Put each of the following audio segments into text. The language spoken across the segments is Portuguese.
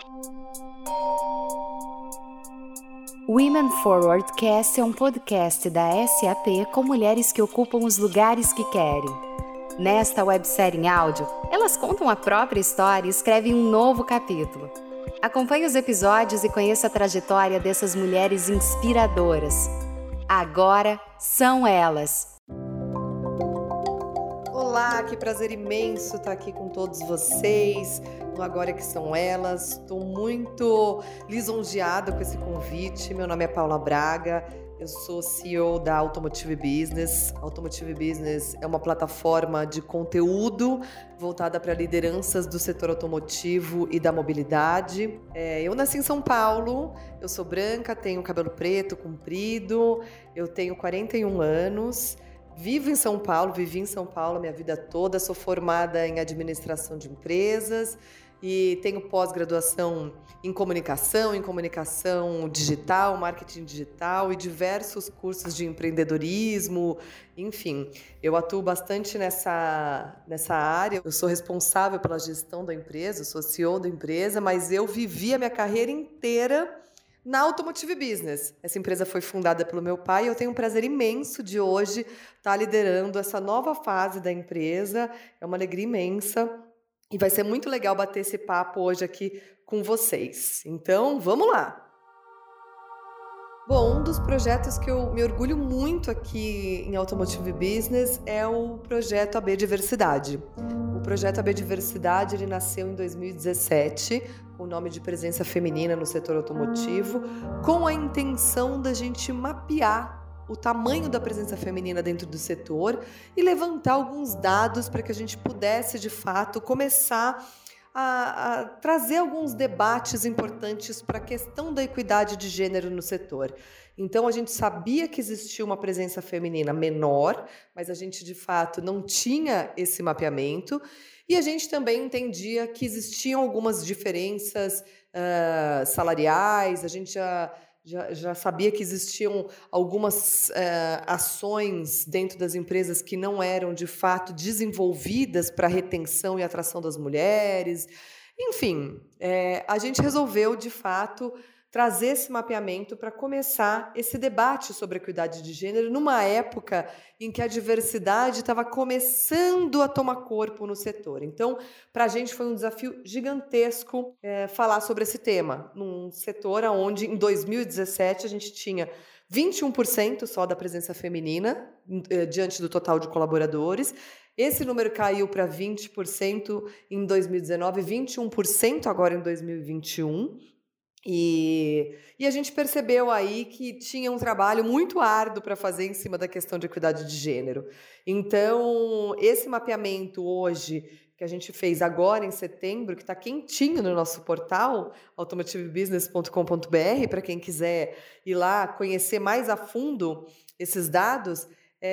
Women Forward Cast é um podcast da SAP com mulheres que ocupam os lugares que querem. Nesta websérie em áudio, elas contam a própria história e escrevem um novo capítulo. Acompanhe os episódios e conheça a trajetória dessas mulheres inspiradoras. Agora são elas. Olá, que prazer imenso estar aqui com todos vocês no Agora que São Elas. Estou muito lisonjeada com esse convite. Meu nome é Paula Braga, eu sou CEO da Automotive Business. Automotive Business é uma plataforma de conteúdo voltada para lideranças do setor automotivo e da mobilidade. Eu nasci em São Paulo, eu sou branca, tenho cabelo preto, comprido, eu tenho 41 anos. Vivi em São Paulo a minha vida toda, sou formada em administração de empresas e tenho pós-graduação em comunicação digital, marketing digital e diversos cursos de empreendedorismo, enfim. Eu atuo bastante nessa área, eu sou responsável pela gestão da empresa, eu sou CEO da empresa, mas eu vivi a minha carreira inteira na Automotive Business. Essa empresa foi fundada pelo meu pai e eu tenho um prazer imenso de hoje estar liderando essa nova fase da empresa. É uma alegria imensa e vai ser muito legal bater esse papo hoje aqui com vocês. Então, vamos lá! Bom, um dos projetos que eu me orgulho muito aqui em Automotive Business é o projeto AB Diversidade. O projeto AB Diversidade ele nasceu em 2017, com o nome de Presença Feminina no Setor Automotivo, com a intenção da gente mapear o tamanho da presença feminina dentro do setor e levantar alguns dados para que a gente pudesse, de fato, começar a trazer alguns debates importantes para a questão da equidade de gênero no setor. Então, a gente sabia que existia uma presença feminina menor, mas a gente, de fato, não tinha esse mapeamento. E a gente também entendia que existiam algumas diferenças salariais, a gente já sabia que existiam algumas ações dentro das empresas que não eram, de fato, desenvolvidas para a retenção e atração das mulheres. Enfim, a gente resolveu, de fato, trazer esse mapeamento para começar esse debate sobre equidade de gênero numa época em que a diversidade estava começando a tomar corpo no setor. Então, para a gente foi um desafio gigantesco falar sobre esse tema, num setor onde, em 2017, a gente tinha 21% só da presença feminina diante do total de colaboradores. Esse número caiu para 20% em 2019, 21% agora em 2021. E a gente percebeu aí que tinha um trabalho muito árduo para fazer em cima da questão de equidade de gênero. Então, esse mapeamento hoje, que a gente fez agora em setembro, que está quentinho no nosso portal, automotivebusiness.com.br, para quem quiser ir lá conhecer mais a fundo esses dados,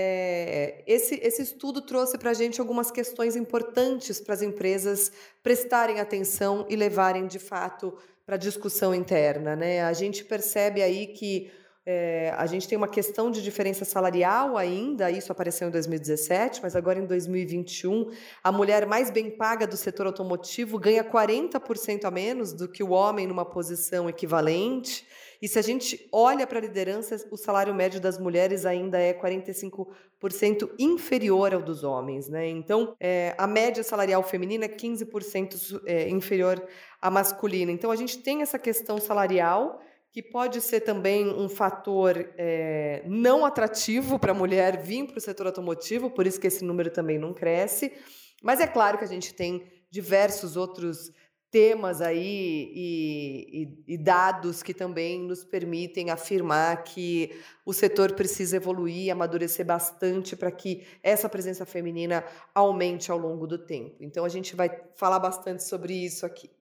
esse estudo trouxe para a gente algumas questões importantes para as empresas prestarem atenção e levarem, de fato, para a discussão interna, né? A gente percebe aí que a gente tem uma questão de diferença salarial ainda, isso apareceu em 2017, mas agora em 2021, a mulher mais bem paga do setor automotivo ganha 40% a menos do que o homem numa posição equivalente. E se a gente olha para a liderança, o salário médio das mulheres ainda é 45% inferior ao dos homens, né? Então, a média salarial feminina é 15% inferior à masculina. Então, a gente tem essa questão salarial, que pode ser também um fator não atrativo para a mulher vir para o setor automotivo, por isso que esse número também não cresce. Mas é claro que a gente tem diversos outros temas aí e dados que também nos permitem afirmar que o setor precisa evoluir e amadurecer bastante para que essa presença feminina aumente ao longo do tempo. Então, a gente vai falar bastante sobre isso aqui.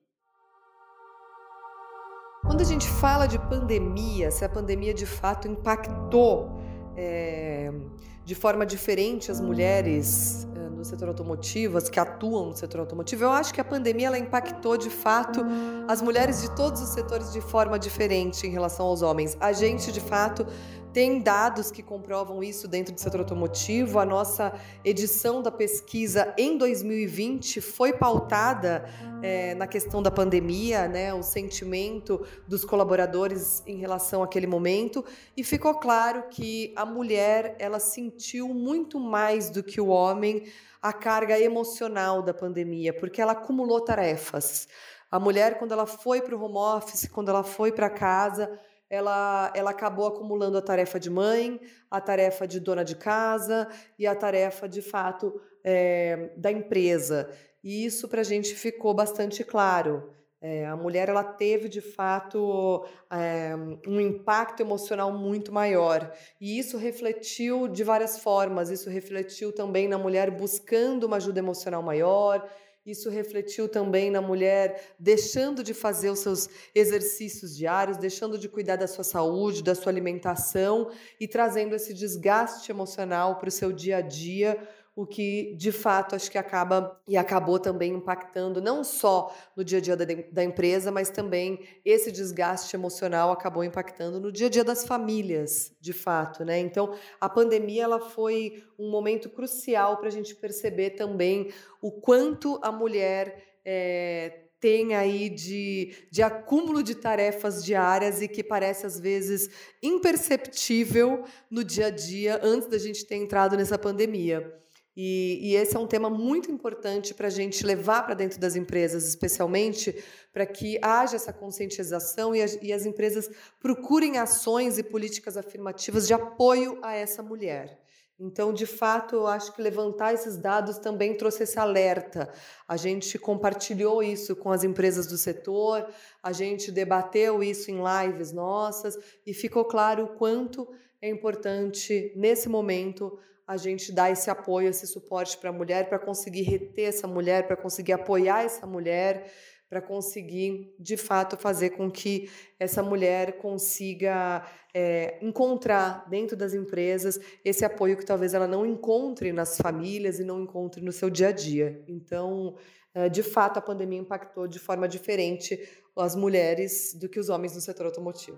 Quando a gente fala de pandemia, se a pandemia de fato impactou de forma diferente as mulheres no setor automotivo, as que atuam no setor automotivo, eu acho que a pandemia ela impactou de fato as mulheres de todos os setores de forma diferente em relação aos homens. A gente, de fato, Tem dados que comprovam isso dentro do setor automotivo. A nossa edição da pesquisa em 2020 foi pautada na questão da pandemia, né, o sentimento dos colaboradores em relação àquele momento, e ficou claro que a mulher ela sentiu muito mais do que o homem a carga emocional da pandemia, porque ela acumulou tarefas. A mulher, quando ela foi para o home office, quando ela foi para casa, ela acabou acumulando a tarefa de mãe, a tarefa de dona de casa e a tarefa, de fato, da empresa. E isso para a gente ficou bastante claro. A mulher ela teve, de fato, um impacto emocional muito maior. E isso refletiu de várias formas. Isso refletiu também na mulher buscando uma ajuda emocional maior. Isso refletiu também na mulher deixando de fazer os seus exercícios diários, deixando de cuidar da sua saúde, da sua alimentação e trazendo esse desgaste emocional para o seu dia a dia, o que, de fato, acho que acabou também impactando não só no dia a dia da empresa, mas também esse desgaste emocional acabou impactando no dia a dia das famílias, de fato, né? Então, a pandemia ela foi um momento crucial para a gente perceber também o quanto a mulher tem aí de acúmulo de tarefas diárias e que parece, às vezes, imperceptível no dia a dia antes da gente ter entrado nessa pandemia. E esse é um tema muito importante para a gente levar para dentro das empresas, especialmente para que haja essa conscientização e as empresas procurem ações e políticas afirmativas de apoio a essa mulher. Então, de fato, eu acho que levantar esses dados também trouxe esse alerta. A gente compartilhou isso com as empresas do setor, a gente debateu isso em lives nossas e ficou claro o quanto é importante, nesse momento, a gente dar esse apoio, esse suporte para a mulher, para conseguir reter essa mulher, para conseguir apoiar essa mulher, para conseguir, de fato, fazer com que essa mulher consiga encontrar dentro das empresas esse apoio que talvez ela não encontre nas famílias e não encontre no seu dia a dia. Então, de fato, a pandemia impactou de forma diferente as mulheres do que os homens no setor automotivo.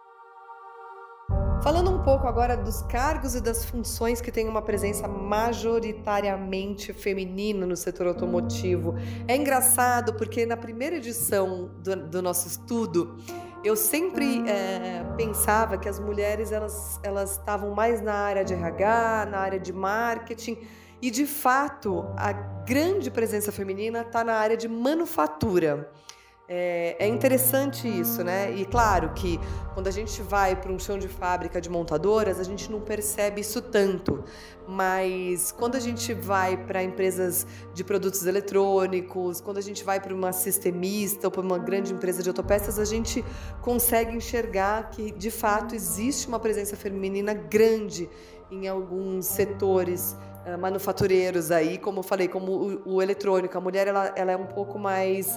Falando um pouco agora dos cargos e das funções que têm uma presença majoritariamente feminina no setor automotivo. É engraçado porque na primeira edição do nosso estudo, eu sempre pensava que as mulheres elas estavam mais na área de RH, na área de marketing, e de fato a grande presença feminina está na área de manufatura. É interessante isso, né? E claro que quando a gente vai para um chão de fábrica de montadoras, a gente não percebe isso tanto. Mas quando a gente vai para empresas de produtos eletrônicos, quando a gente vai para uma sistemista ou para uma grande empresa de autopeças, a gente consegue enxergar que, de fato, existe uma presença feminina grande em alguns setores manufatureiros aí, como eu falei, como o eletrônico. A mulher ela é um pouco mais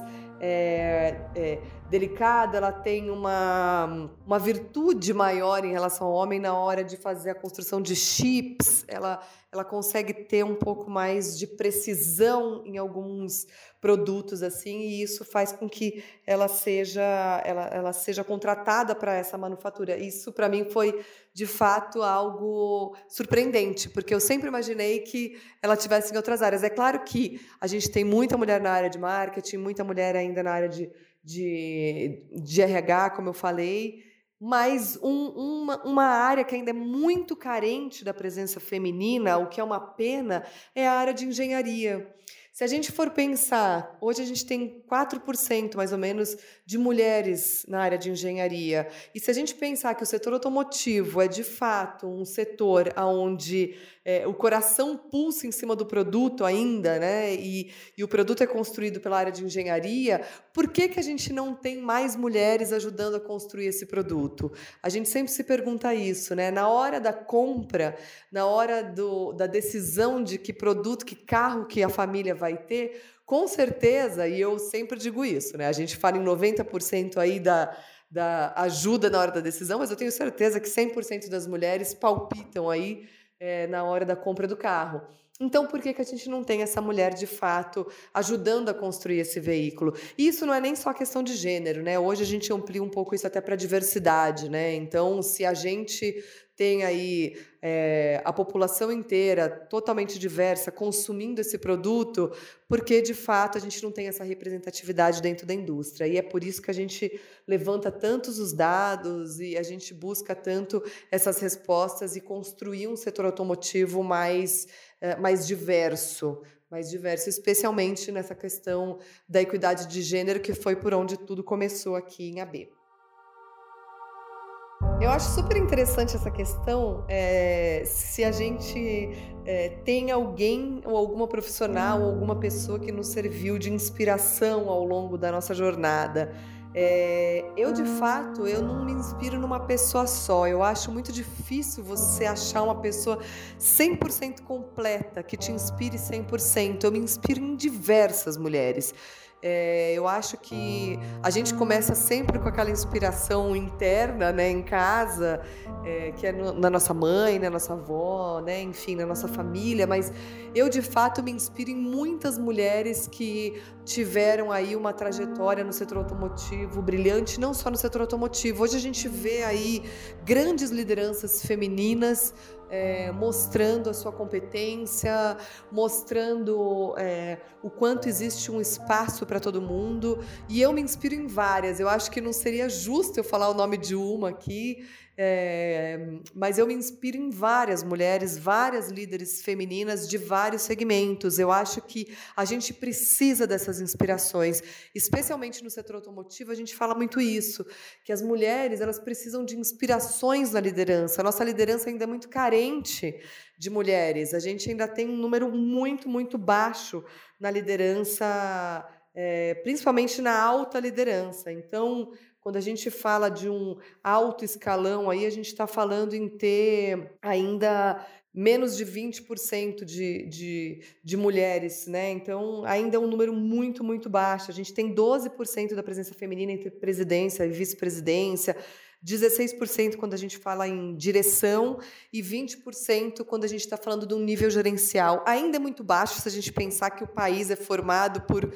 delicada, ela tem uma virtude maior em relação ao homem na hora de fazer a construção de chips, ela consegue ter um pouco mais de precisão em alguns produtos assim, e isso faz com que ela seja contratada para essa manufatura. Isso para mim foi de fato algo surpreendente, porque eu sempre imaginei que ela tivesse em outras áreas. É claro que a gente tem muita mulher na área de marketing, muita mulher ainda na área de RH, como eu falei, mas uma área que ainda é muito carente da presença feminina, o que é uma pena, é a área de engenharia. Se a gente for pensar, hoje a gente tem 4% mais ou menos de mulheres na área de engenharia. E se a gente pensar que o setor automotivo é de fato um setor onde o coração pulsa em cima do produto ainda, né? E o produto é construído pela área de engenharia, por que a gente não tem mais mulheres ajudando a construir esse produto? A gente sempre se pergunta isso, né? Na hora da compra, na hora da decisão de que produto, que carro que a família vai ter, com certeza, e eu sempre digo isso, né? A gente fala em 90% aí da ajuda na hora da decisão, mas eu tenho certeza que 100% das mulheres palpitam aí na hora da compra do carro. Então, por que a gente não tem essa mulher, de fato, ajudando a construir esse veículo? E isso não é nem só questão de gênero, né? Hoje a gente amplia um pouco isso até para a diversidade, né? Então, se a gente tem aí a população inteira totalmente diversa consumindo esse produto, porque, de fato, a gente não tem essa representatividade dentro da indústria. E é por isso que a gente levanta tantos os dados e a gente busca tanto essas respostas e construir um setor automotivo mais diverso, especialmente nessa questão da equidade de gênero, que foi por onde tudo começou aqui em AB. Eu acho super interessante essa questão, se a gente tem alguém ou alguma profissional ou alguma pessoa que nos serviu de inspiração ao longo da nossa jornada. Eu, de fato, eu não me inspiro numa pessoa só. Eu acho muito difícil você achar uma pessoa 100% completa, que te inspire 100%. Eu me inspiro em diversas mulheres. Eu acho que a gente começa sempre com aquela inspiração interna, né, em casa, que é na nossa mãe, na nossa avó, né, enfim, na nossa família, mas eu, de fato, me inspiro em muitas mulheres que tiveram aí uma trajetória no setor automotivo brilhante, não só no setor automotivo. Hoje a gente vê aí grandes lideranças femininas mostrando a sua competência, mostrando o quanto existe um espaço para todo mundo, e eu me inspiro em várias. Eu acho que não seria justo eu falar o nome de uma aqui, mas eu me inspiro em várias mulheres, várias líderes femininas de vários segmentos. Eu acho que a gente precisa dessas inspirações, especialmente no setor automotivo. A gente fala muito isso, que as mulheres, elas precisam de inspirações na liderança. A nossa liderança ainda é muito carente de mulheres. A gente ainda tem um número muito, muito baixo na liderança, principalmente na alta liderança. Então, quando a gente fala de um alto escalão, aí a gente está falando em ter ainda menos de 20% de mulheres, né? Então, ainda é um número muito, muito baixo. A gente tem 12% da presença feminina entre presidência e vice-presidência, 16% quando a gente fala em direção e 20% quando a gente está falando de um nível gerencial. Ainda é muito baixo se a gente pensar que o país é formado por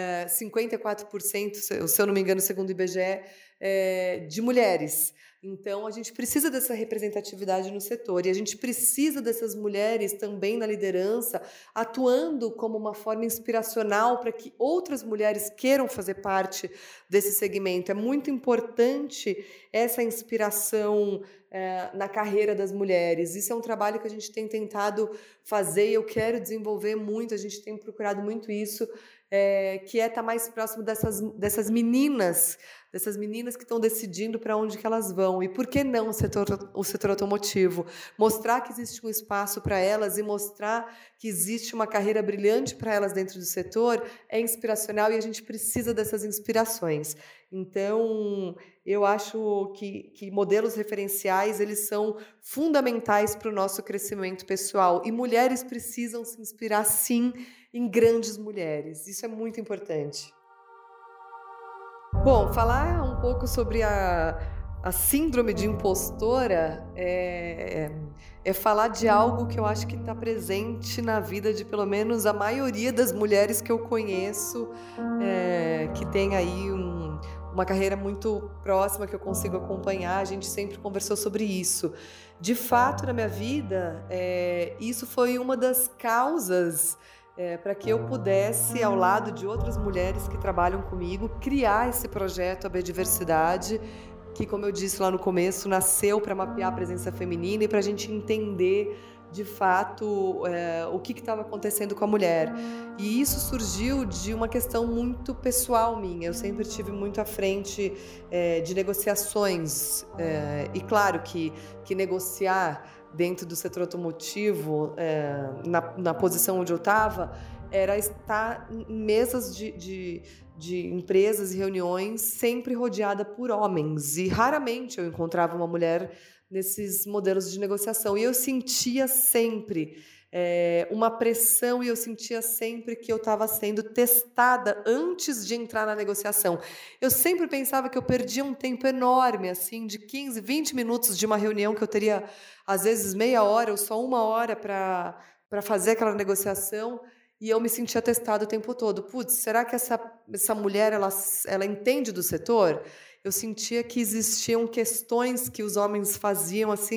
54%, se eu não me engano, segundo o IBGE, de mulheres. Então, a gente precisa dessa representatividade no setor e a gente precisa dessas mulheres também na liderança, atuando como uma forma inspiracional para que outras mulheres queiram fazer parte desse segmento. É muito importante essa inspiração na carreira das mulheres. Isso é um trabalho que a gente tem tentado fazer e eu quero desenvolver muito, a gente tem procurado muito isso, que é estar mais próximo dessas meninas que estão decidindo para onde que elas vão. E por que não o setor automotivo? Mostrar que existe um espaço para elas e mostrar que existe uma carreira brilhante para elas dentro do setor é inspiracional e a gente precisa dessas inspirações. Então, eu acho que modelos referenciais, eles são fundamentais para o nosso crescimento pessoal. E mulheres precisam se inspirar, sim, em grandes mulheres. Isso é muito importante. Bom, falar um pouco sobre a síndrome de impostora é falar de algo que eu acho que está presente na vida de pelo menos a maioria das mulheres que eu conheço, que tem aí uma carreira muito próxima que eu consigo acompanhar. A gente sempre conversou sobre isso. De fato, na minha vida, isso foi uma das causas para que eu pudesse, ao lado de outras mulheres que trabalham comigo, criar esse projeto AB Diversidade, que, como eu disse lá no começo, nasceu para mapear a presença feminina e para a gente entender, de fato, o que estava acontecendo com a mulher. E isso surgiu de uma questão muito pessoal minha. Eu sempre estive muito à frente de negociações. E claro que negociar dentro do setor automotivo, na posição onde eu estava, era estar em mesas de empresas e reuniões sempre rodeada por homens. E raramente eu encontrava uma mulher nesses modelos de negociação. E eu sentia sempre uma pressão e eu sentia sempre que eu estava sendo testada antes de entrar na negociação. Eu sempre pensava que eu perdia um tempo enorme, assim, de 15, 20 minutos de uma reunião que eu teria, às vezes, meia hora ou só uma hora para fazer aquela negociação, e eu me sentia testada o tempo todo. Putz, será que essa mulher ela entende do setor? Eu sentia que existiam questões que os homens faziam assim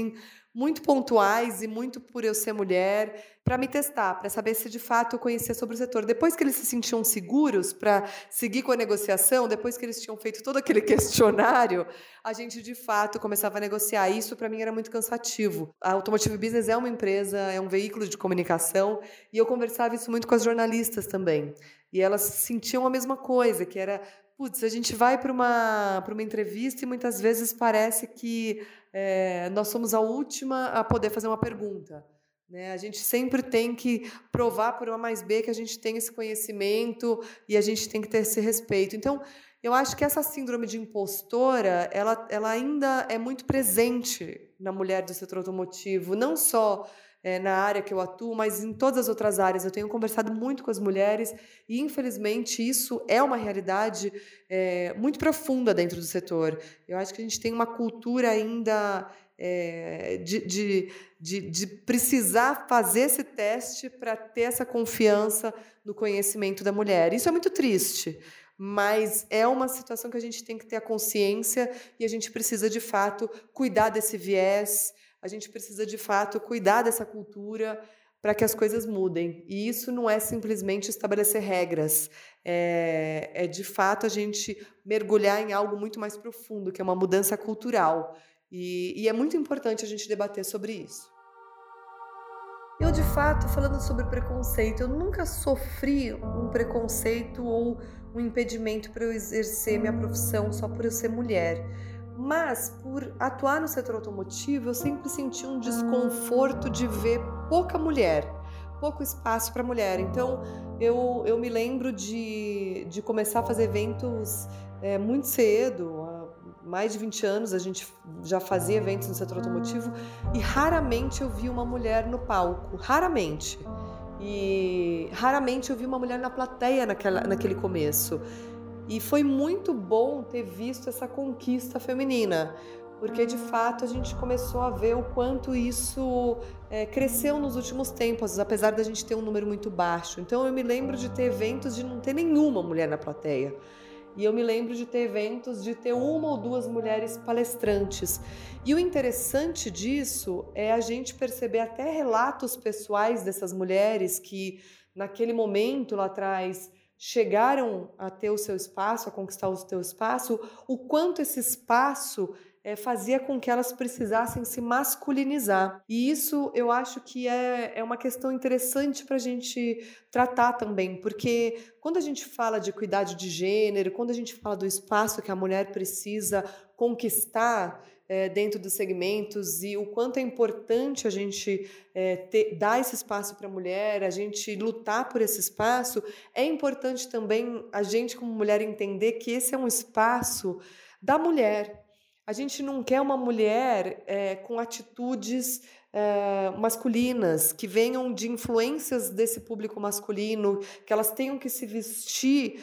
muito pontuais e muito por eu ser mulher, para me testar, para saber se de fato eu conhecia sobre o setor. Depois que eles se sentiam seguros para seguir com a negociação, depois que eles tinham feito todo aquele questionário, a gente de fato começava a negociar. Isso para mim era muito cansativo. A Automotive Business é uma empresa, é um veículo de comunicação, e eu conversava isso muito com as jornalistas também. E elas sentiam a mesma coisa, que era, putz, a gente vai para uma entrevista e muitas vezes parece que nós somos a última a poder fazer uma pergunta. Né? A gente sempre tem que provar por A mais B que a gente tem esse conhecimento e a gente tem que ter esse respeito. Então, eu acho que essa síndrome de impostora, ela ainda é muito presente na mulher do setor automotivo, não só na área que eu atuo, mas em todas as outras áreas. Eu tenho conversado muito com as mulheres e, infelizmente, isso é uma realidade muito profunda dentro do setor. Eu acho que a gente tem uma cultura ainda de precisar fazer esse teste para ter essa confiança no conhecimento da mulher. Isso é muito triste, mas é uma situação que a gente tem que ter a consciência e a gente precisa, de fato, cuidar desse viés, a gente precisa, de fato, cuidar dessa cultura para que as coisas mudem. E isso não é simplesmente estabelecer regras, de fato, a gente mergulhar em algo muito mais profundo, que é uma mudança cultural. E é muito importante a gente debater sobre isso. Eu, de fato, falando sobre preconceito, eu nunca sofri um preconceito ou um impedimento para eu exercer minha profissão só por eu ser mulher. Mas, por atuar no setor automotivo, eu sempre senti um desconforto de ver pouca mulher, pouco espaço para mulher. Então, eu me lembro de começar a fazer eventos muito cedo. Mais de 20 anos a gente já fazia eventos no setor automotivo e raramente eu vi uma mulher no palco, raramente. E raramente eu vi uma mulher na plateia naquele começo. E foi muito bom ter visto essa conquista feminina, porque de fato a gente começou a ver o quanto isso cresceu nos últimos tempos, apesar da gente ter um número muito baixo. Então eu me lembro de ter eventos de não ter nenhuma mulher na plateia. E eu me lembro de ter eventos de ter uma ou duas mulheres palestrantes. E o interessante disso é a gente perceber até relatos pessoais dessas mulheres que, naquele momento lá atrás, chegaram a ter o seu espaço, a conquistar o seu espaço, o quanto esse espaço fazia com que elas precisassem se masculinizar. E isso eu acho que é uma questão interessante para a gente tratar também, porque quando a gente fala de equidade de gênero, quando a gente fala do espaço que a mulher precisa conquistar dentro dos segmentos e o quanto é importante a gente dar esse espaço para a mulher, a gente lutar por esse espaço, é importante também a gente como mulher entender que esse é um espaço da mulher. A gente não quer uma mulher com atitudes masculinas, que venham de influências desse público masculino, que elas tenham que se vestir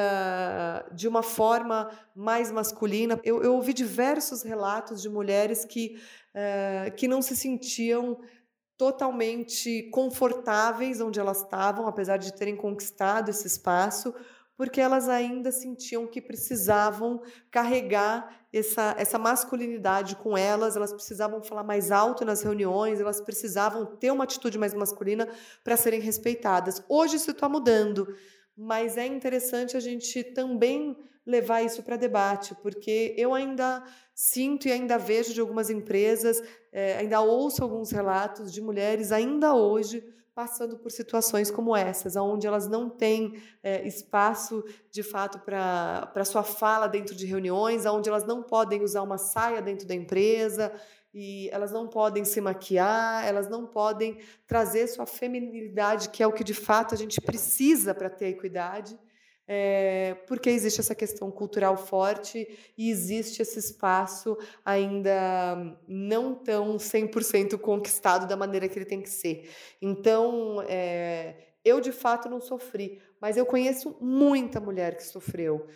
de uma forma mais masculina. Eu ouvi diversos relatos de mulheres que não se sentiam totalmente confortáveis onde elas estavam, apesar de terem conquistado esse espaço, porque elas ainda sentiam que precisavam carregar essa masculinidade com elas precisavam falar mais alto nas reuniões, elas precisavam ter uma atitude mais masculina para serem respeitadas. Hoje isso está mudando, mas é interessante a gente também levar isso para debate, porque eu ainda sinto e ainda vejo de algumas empresas, ainda ouço alguns relatos de mulheres ainda hoje passando por situações como essas, onde elas não têm espaço, de fato, para sua fala dentro de reuniões, onde elas não podem usar uma saia dentro da empresa, e elas não podem se maquiar, elas não podem trazer sua feminilidade, que é o que, de fato, a gente precisa para ter a equidade, porque existe essa questão cultural forte e existe esse espaço ainda não tão 100% conquistado da maneira que ele tem que ser. Então, eu de fato não sofri, mas eu conheço muita mulher que sofreu,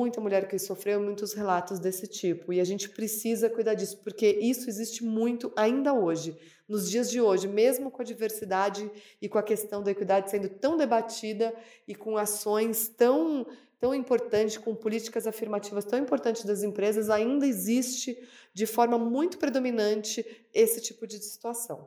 muitos relatos desse tipo, e a gente precisa cuidar disso, porque isso existe muito ainda hoje, nos dias de hoje, mesmo com a diversidade e com a questão da equidade sendo tão debatida e com ações tão tão importante, com políticas afirmativas tão importantes das empresas, ainda existe de forma muito predominante esse tipo de situação.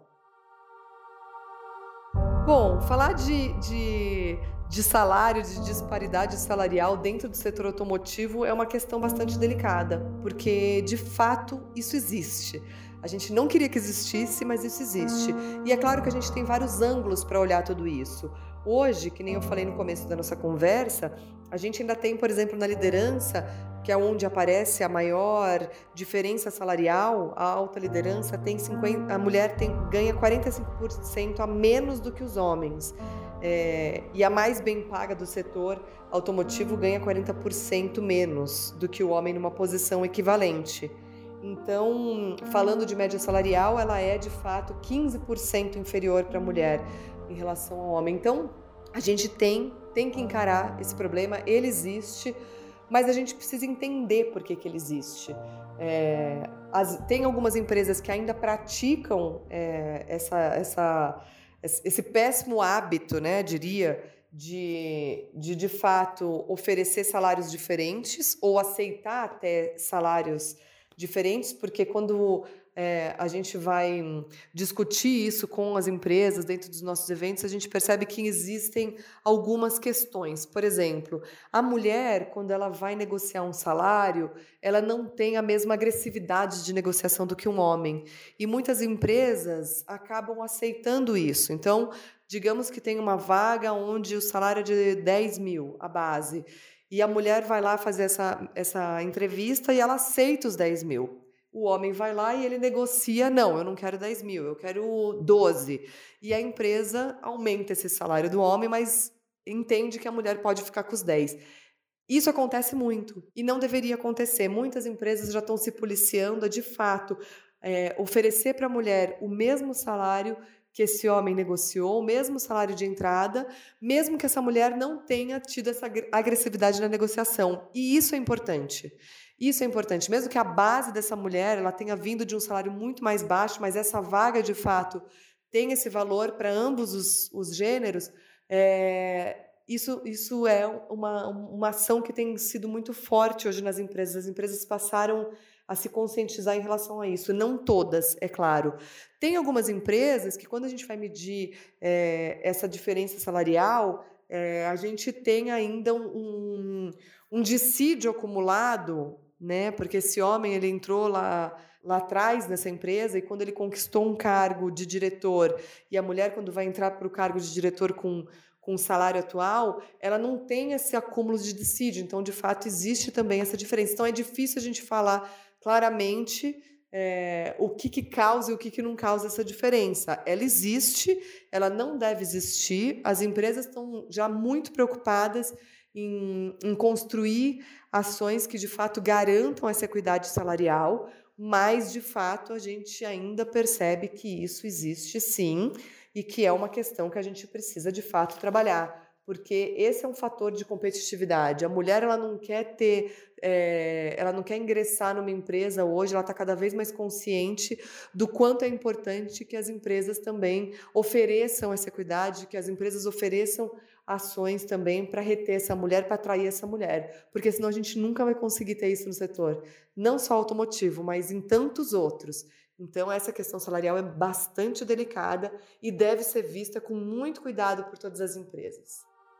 Bom, falar de salário, de disparidade salarial dentro do setor automotivo é uma questão bastante delicada, porque, de fato, isso existe. A gente não queria que existisse, mas isso existe. E é claro que a gente tem vários ângulos para olhar tudo isso. Hoje, que nem eu falei no começo da nossa conversa, a gente ainda tem, por exemplo, na liderança, que é onde aparece a maior diferença salarial, a alta liderança tem 50, a mulher ganha 45% a menos do que os homens. E a mais bem paga do setor automotivo ganha 40% menos do que o homem numa posição equivalente. Então, falando de média salarial, ela é de fato 15% inferior para a mulher em relação ao homem. Então, a gente tem que encarar esse problema, ele existe, mas a gente precisa entender por que ele existe. Tem algumas empresas que ainda praticam esse péssimo hábito, né, diria, de fato oferecer salários diferentes ou aceitar até salários diferentes, porque quando a gente vai discutir isso com as empresas dentro dos nossos eventos, a gente percebe que existem algumas questões. Por exemplo, a mulher, quando ela vai negociar um salário, ela não tem a mesma agressividade de negociação do que um homem. E muitas empresas acabam aceitando isso. Então, digamos que tem uma vaga onde o salário é de 10 mil, a base, e a mulher vai lá fazer essa entrevista e ela aceita os 10 mil. O homem vai lá e ele negocia, não, eu não quero 10 mil, eu quero 12. E a empresa aumenta esse salário do homem, mas entende que a mulher pode ficar com os 10. Isso acontece muito e não deveria acontecer. Muitas empresas já estão se policiando a, de fato, oferecer para a mulher o mesmo salário que esse homem negociou, o mesmo salário de entrada, mesmo que essa mulher não tenha tido essa agressividade na negociação. E isso é importante. Isso é importante. Mesmo que a base dessa mulher ela tenha vindo de um salário muito mais baixo, mas essa vaga, de fato, tem esse valor para ambos os gêneros, isso é uma ação que tem sido muito forte hoje nas empresas. As empresas passaram a se conscientizar em relação a isso. Não todas, é claro. Tem algumas empresas que, quando a gente vai medir essa diferença salarial, a gente tem ainda um dissídio acumulado, né? Porque esse homem ele entrou lá atrás nessa empresa e quando ele conquistou um cargo de diretor e a mulher, quando vai entrar para o cargo de diretor com o salário atual, ela não tem esse acúmulo de dissídio. Então, de fato, existe também essa diferença. Então, é difícil a gente falar claramente o que causa e o que não causa essa diferença. Ela existe, ela não deve existir. As empresas estão já muito preocupadas em construir ações que, de fato, garantam essa equidade salarial, mas, de fato, a gente ainda percebe que isso existe, sim, e que é uma questão que a gente precisa, de fato, trabalhar, porque esse é um fator de competitividade. A mulher ela não quer ela não quer ingressar numa empresa hoje, ela está cada vez mais consciente do quanto é importante que as empresas também ofereçam essa equidade, que as empresas ofereçam ações também para reter essa mulher, para atrair essa mulher, porque senão a gente nunca vai conseguir ter isso no setor, não só automotivo, mas em tantos outros. Então, essa questão salarial é bastante delicada e deve ser vista com muito cuidado por todas as empresas.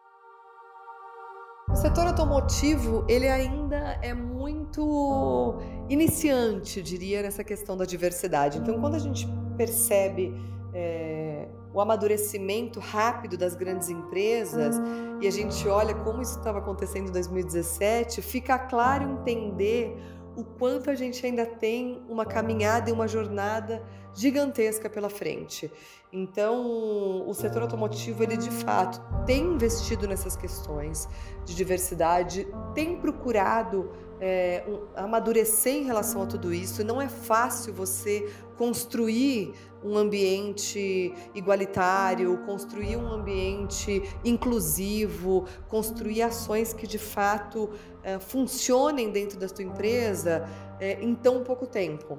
O setor automotivo, ele ainda é muito iniciante, diria, nessa questão da diversidade. Então, quando a gente percebe o amadurecimento rápido das grandes empresas e a gente olha como isso estava acontecendo em 2017, fica claro entender o quanto a gente ainda tem uma caminhada e uma jornada gigantesca pela frente. Então, o setor automotivo, ele de fato tem investido nessas questões de diversidade, tem procurado amadurecer em relação a tudo isso. Não é fácil você construir um ambiente igualitário, construir um ambiente inclusivo, construir ações que de fato funcionem dentro da sua empresa em tão pouco tempo.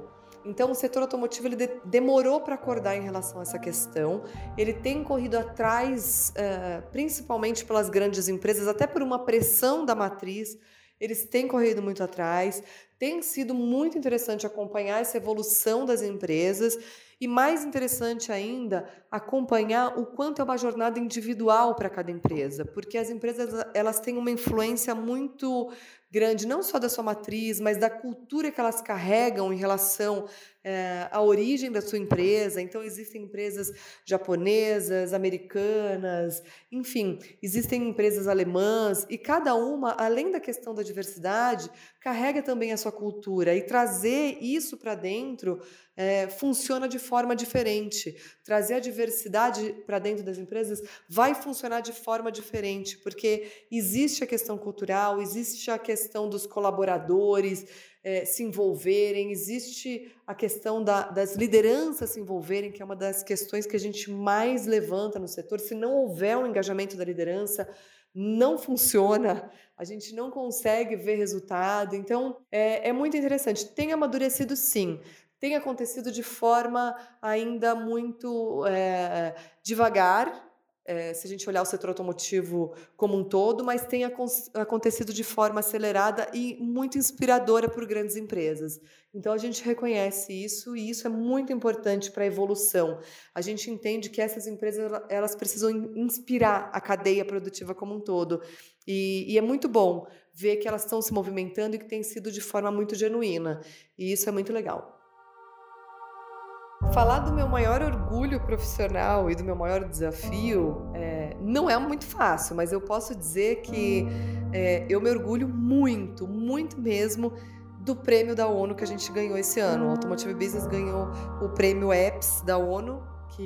Então, o setor automotivo ele demorou para acordar em relação a essa questão. Ele tem corrido atrás, principalmente pelas grandes empresas, até por uma pressão da matriz. Eles têm corrido muito atrás. Tem sido muito interessante acompanhar essa evolução das empresas e, mais interessante ainda, acompanhar o quanto é uma jornada individual para cada empresa, porque as empresas elas têm uma influência muito grande, não só da sua matriz, mas da cultura que elas carregam em relação à origem da sua empresa. Então, existem empresas japonesas, americanas, enfim, existem empresas alemãs, e cada uma, além da questão da diversidade, carrega também a sua cultura, e trazer isso para dentro funciona de forma diferente. Trazer a diversidade para dentro das empresas vai funcionar de forma diferente, porque existe a questão cultural, existe a questão dos colaboradores se envolverem, existe a questão das lideranças se envolverem, que é uma das questões que a gente mais levanta no setor. Se não houver um engajamento da liderança, não funciona, a gente não consegue ver resultado. Então, é muito interessante. Tem amadurecido, sim. Tem acontecido de forma ainda muito devagar, se a gente olhar o setor automotivo como um todo, mas tem acontecido de forma acelerada e muito inspiradora por grandes empresas. Então, a gente reconhece isso, e isso é muito importante para a evolução. A gente entende que essas empresas elas precisam inspirar a cadeia produtiva como um todo. E é muito bom ver que elas estão se movimentando e que tem sido de forma muito genuína. E isso é muito legal. Falar do meu maior orgulho profissional e do meu maior desafio não é muito fácil, mas eu posso dizer que eu me orgulho muito, muito mesmo do prêmio da ONU que a gente ganhou esse ano. O Automotive Business ganhou o prêmio EPS da ONU,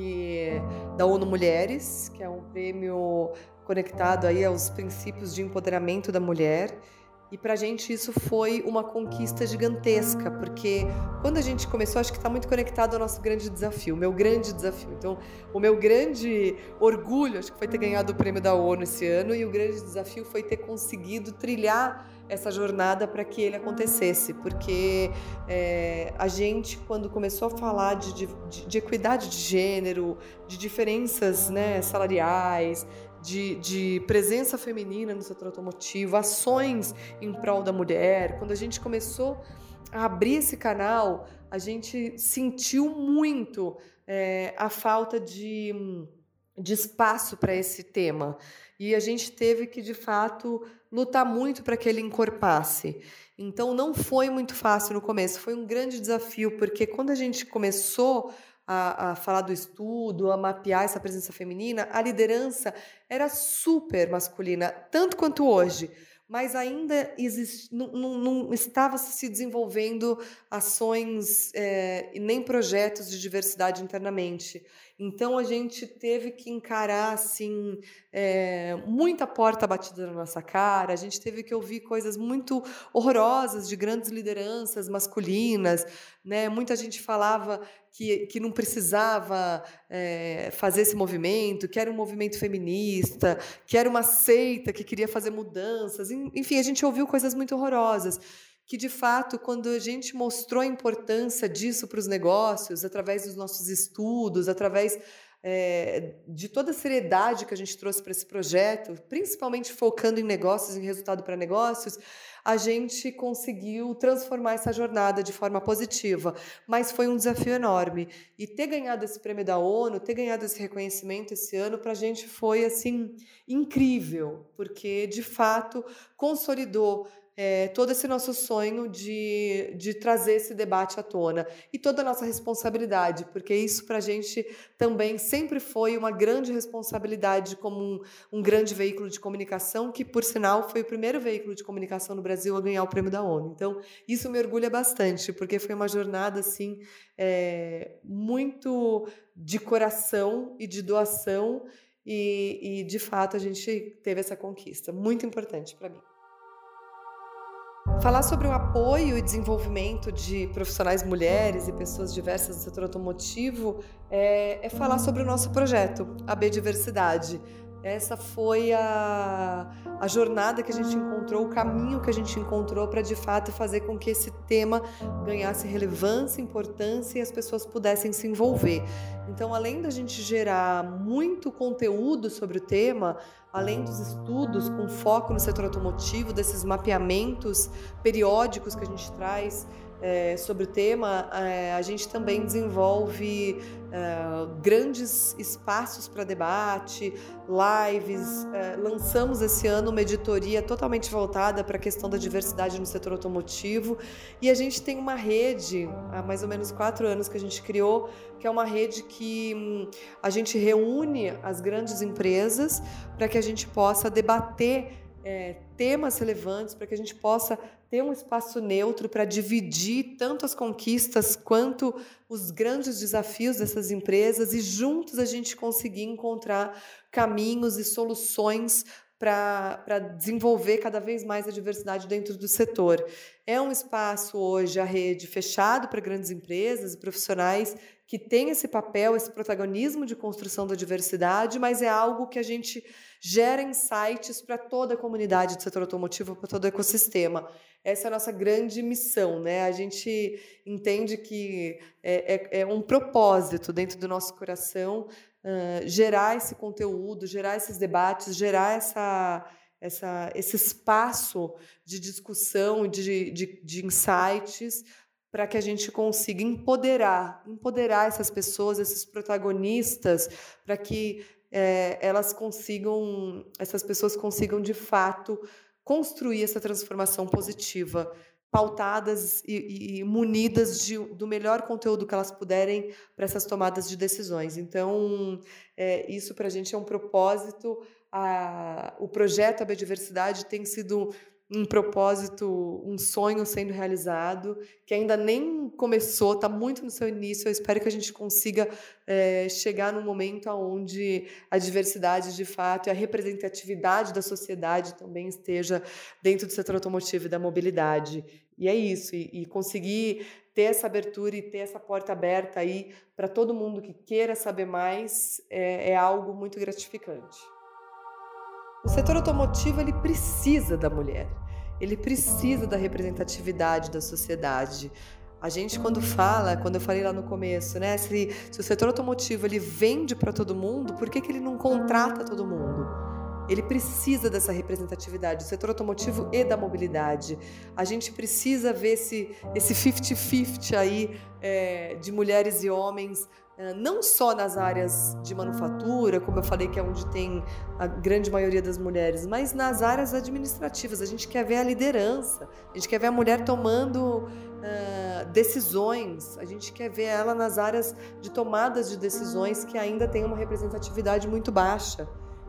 da ONU Mulheres, que é um prêmio conectado aí aos princípios de empoderamento da mulher. E para a gente isso foi uma conquista gigantesca, porque quando a gente começou, acho que está muito conectado ao nosso grande desafio, o meu grande desafio. Então, o meu grande orgulho, acho que foi ter ganhado o prêmio da ONU esse ano, e o grande desafio foi ter conseguido trilhar essa jornada para que ele acontecesse, porque a gente, quando começou a falar de equidade de gênero, de diferenças, né, salariais, de presença feminina no setor automotivo, ações em prol da mulher, quando a gente começou a abrir esse canal, a gente sentiu muito a falta de espaço para esse tema. E a gente teve que, de fato, lutar muito para que ele encorpasse. Então, não foi muito fácil no começo, foi um grande desafio, porque quando a gente começou a falar do estudo, a mapear essa presença feminina, a liderança era super masculina, tanto quanto hoje, mas ainda não estava se desenvolvendo ações e nem projetos de diversidade internamente. Então, a gente teve que encarar assim, muita porta batida na nossa cara, a gente teve que ouvir coisas muito horrorosas de grandes lideranças masculinas, né? Muita gente falava que não precisava fazer esse movimento, que era um movimento feminista, que era uma seita que queria fazer mudanças. Enfim, a gente ouviu coisas muito horrorosas, que, de fato, quando a gente mostrou a importância disso para os negócios, através dos nossos estudos, através de toda a seriedade que a gente trouxe para esse projeto, principalmente focando em negócios, em resultado para negócios, a gente conseguiu transformar essa jornada de forma positiva, mas foi um desafio enorme. E ter ganhado esse prêmio da ONU, ter ganhado esse reconhecimento esse ano, para a gente foi assim, incrível, porque, de fato, consolidou todo esse nosso sonho de trazer esse debate à tona e toda a nossa responsabilidade, porque isso para a gente também sempre foi uma grande responsabilidade como um grande veículo de comunicação, que, por sinal, foi o primeiro veículo de comunicação no Brasil a ganhar o prêmio da ONU. Então, isso me orgulha bastante, porque foi uma jornada assim, muito de coração e de doação e, de fato, a gente teve essa conquista, muito importante para mim. Falar sobre o apoio e desenvolvimento de profissionais mulheres e pessoas diversas do setor automotivo é falar sobre o nosso projeto, AB Diversidade. essa foi a jornada que a gente encontrou, o caminho que a gente encontrou para, de fato, fazer com que esse tema ganhasse relevância, importância e as pessoas pudessem se envolver. Então, além da gente gerar muito conteúdo sobre o tema, além dos estudos com foco no setor automotivo, desses mapeamentos periódicos que a gente traz sobre o tema, a gente também desenvolve grandes espaços para debate, lives, lançamos esse ano uma editoria totalmente voltada para a questão da diversidade no setor automotivo e a gente tem uma rede, há mais ou menos 4 anos que a gente criou, que é uma rede que a gente reúne as grandes empresas para que a gente possa debater temas relevantes, para que a gente possa ter um espaço neutro para dividir tanto as conquistas quanto os grandes desafios dessas empresas e juntos a gente conseguir encontrar caminhos e soluções para desenvolver cada vez mais a diversidade dentro do setor. É um espaço hoje, a rede, fechado para grandes empresas e profissionais que tem esse papel, esse protagonismo de construção da diversidade, mas é algo que a gente gera insights para toda a comunidade do setor automotivo, para todo o ecossistema. Essa é a nossa grande missão, né? A gente entende que é um propósito dentro do nosso coração gerar esse conteúdo, gerar esses debates, gerar esse espaço de discussão, de insights, para que a gente consiga empoderar essas pessoas, esses protagonistas, para que essas pessoas consigam, de fato, construir essa transformação positiva, pautadas e munidas do melhor conteúdo que elas puderem para essas tomadas de decisões. Então, isso para a gente é um propósito. O projeto AB Diversidade tem sido um propósito, um sonho sendo realizado, que ainda nem começou, está muito no seu início. Eu espero que a gente consiga chegar num momento onde a diversidade, de fato, e a representatividade da sociedade também esteja dentro do setor automotivo e da mobilidade. E é isso, e conseguir ter essa abertura e ter essa porta aberta aí para todo mundo que queira saber mais é algo muito gratificante. O setor automotivo, ele precisa da mulher, ele precisa da representatividade da sociedade. A gente, quando eu falei lá no começo, né, se o setor automotivo ele vende para todo mundo, por que ele não contrata todo mundo? Ele precisa dessa representatividade, do setor automotivo e da mobilidade. A gente precisa ver esse 50-50 aí de mulheres e homens, não só nas áreas de manufatura, como eu falei, que é onde tem a grande maioria das mulheres, mas nas áreas administrativas. A gente quer ver a liderança, a gente quer ver a mulher tomando decisões, a gente quer ver ela nas áreas de tomadas de decisões que ainda tem uma representatividade muito baixa.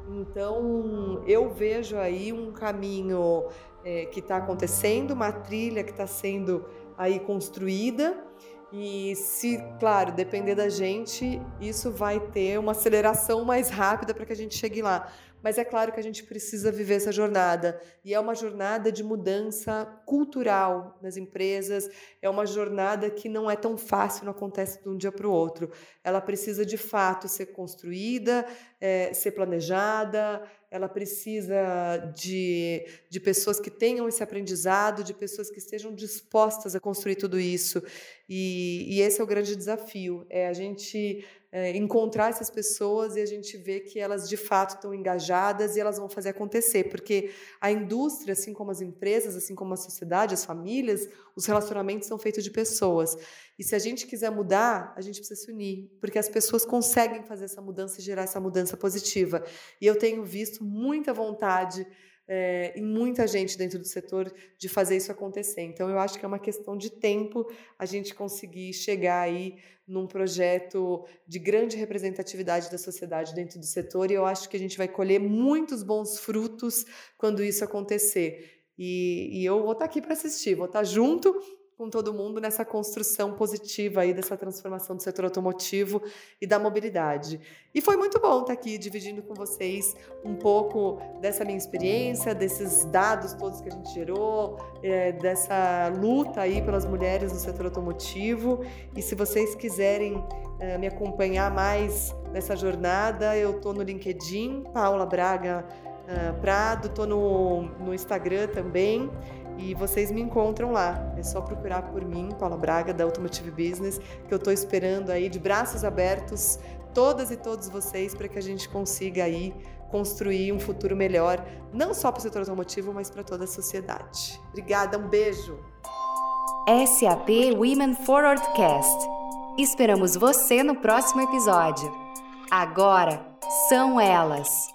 Então, eu vejo aí um caminho que está acontecendo, uma trilha que está sendo aí construída. E se, claro, depender da gente, isso vai ter uma aceleração mais rápida para que a gente chegue lá. Mas é claro que a gente precisa viver essa jornada. E é uma jornada de mudança cultural nas empresas, é uma jornada que não é tão fácil, não acontece de um dia para o outro. Ela precisa, de fato, ser construída, ser planejada, ela precisa de pessoas que tenham esse aprendizado, de pessoas que estejam dispostas a construir tudo isso. E esse é o grande desafio, é a gente encontrar essas pessoas e a gente ver que elas, de fato, estão engajadas e elas vão fazer acontecer, porque a indústria, assim como as empresas, assim como a sociedade, as famílias, os relacionamentos são feitos de pessoas. E se a gente quiser mudar, a gente precisa se unir, porque as pessoas conseguem fazer essa mudança e gerar essa mudança positiva. E eu tenho visto muita vontade em muita gente dentro do setor de fazer isso acontecer. Então, eu acho que é uma questão de tempo a gente conseguir chegar aí num projeto de grande representatividade da sociedade dentro do setor, e eu acho que a gente vai colher muitos bons frutos quando isso acontecer. E eu vou estar aqui para assistir, vou estar junto com todo mundo nessa construção positiva aí dessa transformação do setor automotivo e da mobilidade. E foi muito bom estar aqui dividindo com vocês um pouco dessa minha experiência, desses dados todos que a gente gerou, dessa luta aí pelas mulheres no setor automotivo. E se vocês quiserem me acompanhar mais nessa jornada, eu estou no LinkedIn, Paula Braga Prado, estou no Instagram também, e vocês me encontram lá. É só procurar por mim, Paula Braga, da Automotive Business, que eu estou esperando aí de braços abertos todas e todos vocês para que a gente consiga aí construir um futuro melhor, não só para o setor automotivo, mas para toda a sociedade. Obrigada, um beijo! SAP Women Forward Cast. Esperamos você no próximo episódio. Agora são elas.